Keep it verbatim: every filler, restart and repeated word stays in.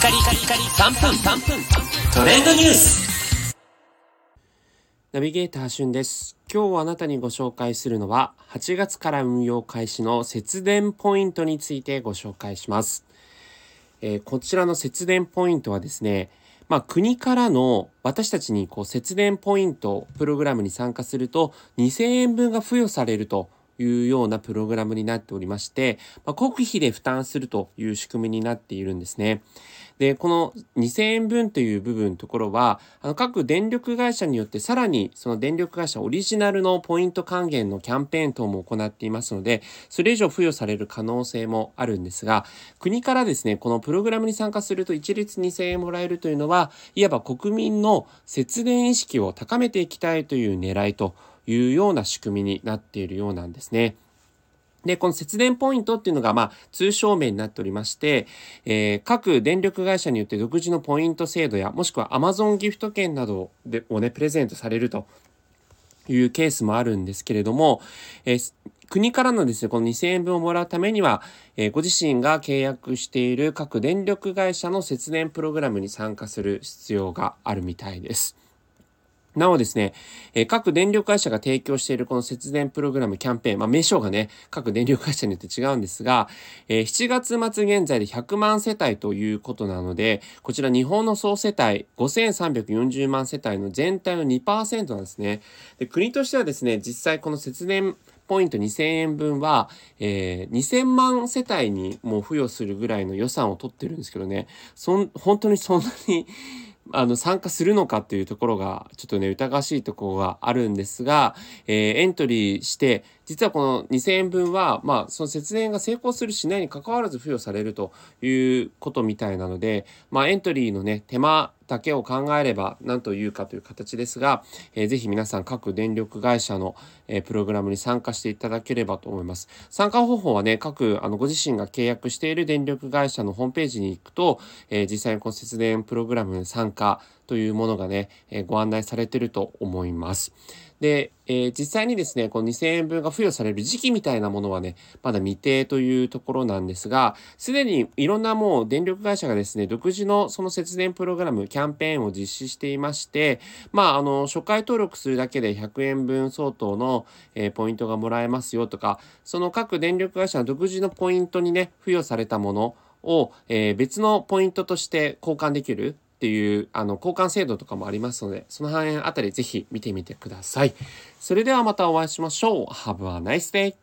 カリカリカリさんぷんさんぷんトレンドニュース。 ナビゲーターしゅんです。今日あなたにご紹介するのははちがつから運用開始の節電ポイントについてご紹介します。えー、こちらの節電ポイントはですね、まあ、国からの私たちにこう節電ポイントプログラムに参加するとにせんえんぶんが付与されるというようなプログラムになっておりまして、まあ、国費で負担するという仕組みになっているんですね。で、このにせんえんぶんという部分のところは、あの各電力会社によってさらにその電力会社オリジナルのポイント還元のキャンペーン等も行っていますので、それ以上付与される可能性もあるんですが、国からですね、このプログラムに参加すると一律にせんえんもらえるというのは、いわば国民の節電意識を高めていきたいという狙いというような仕組みになっているようなんですね。で、この節電ポイントっていうのが、まあ、通称名になっておりまして、えー、各電力会社によって独自のポイント制度や、もしくは Amazon ギフト券などでをね、プレゼントされるというケースもあるんですけれども、えー、国からのですね、このにせんえんぶんをもらうためには、えー、ご自身が契約している各電力会社の節電プログラムに参加する必要があるみたいです。なおですね、えー、各電力会社が提供しているこの節電プログラムキャンペーン、まあ、名称がね、各電力会社によって違うんですが、えー、しちがつ末現在でひゃくまん世帯ということなので、こちら日本の総世帯ごせんさんびゃくよんじゅうまん世帯の全体の にパーセント なんですね。で、国としてはですね、実際この節電ポイントにせんえんぶんは、えー、にせんまん世帯にもう付与するぐらいの予算を取ってるんですけどね、そん本当にそんなにあの参加するのかっていうところがちょっとね疑わしいところがあるんですが、えー、エントリーして実はこのにせんえんぶんはまあその節電が成功するしないに関わらず付与されるということみたいなので、まあエントリーのね手間だけを考えれば何というかという形ですが、えー、ぜひ皆さん各電力会社の、えー、プログラムに参加していただければと思います。参加方法はね、各あのご自身が契約している電力会社のホームページに行くと、えー、実際にこの節電プログラムに参加というものがね、えー、ご案内されていると思います。で、えー、実際にですね、このにせんえんぶんが付与される時期みたいなものはね、まだ未定というところなんですが、すでにいろんなもう電力会社がですね、独自のその節電プログラム、キャンペーンを実施していまして、まあ、あの、初回登録するだけでひゃくえんぶん相当の、えー、ポイントがもらえますよとか、その各電力会社の独自のポイントにね、付与されたものを、えー、別のポイントとして交換できるっていうあの交換制度とかもありますので、その辺あたりぜひ見てみてください。それではまたお会いしましょう。Have a nice day!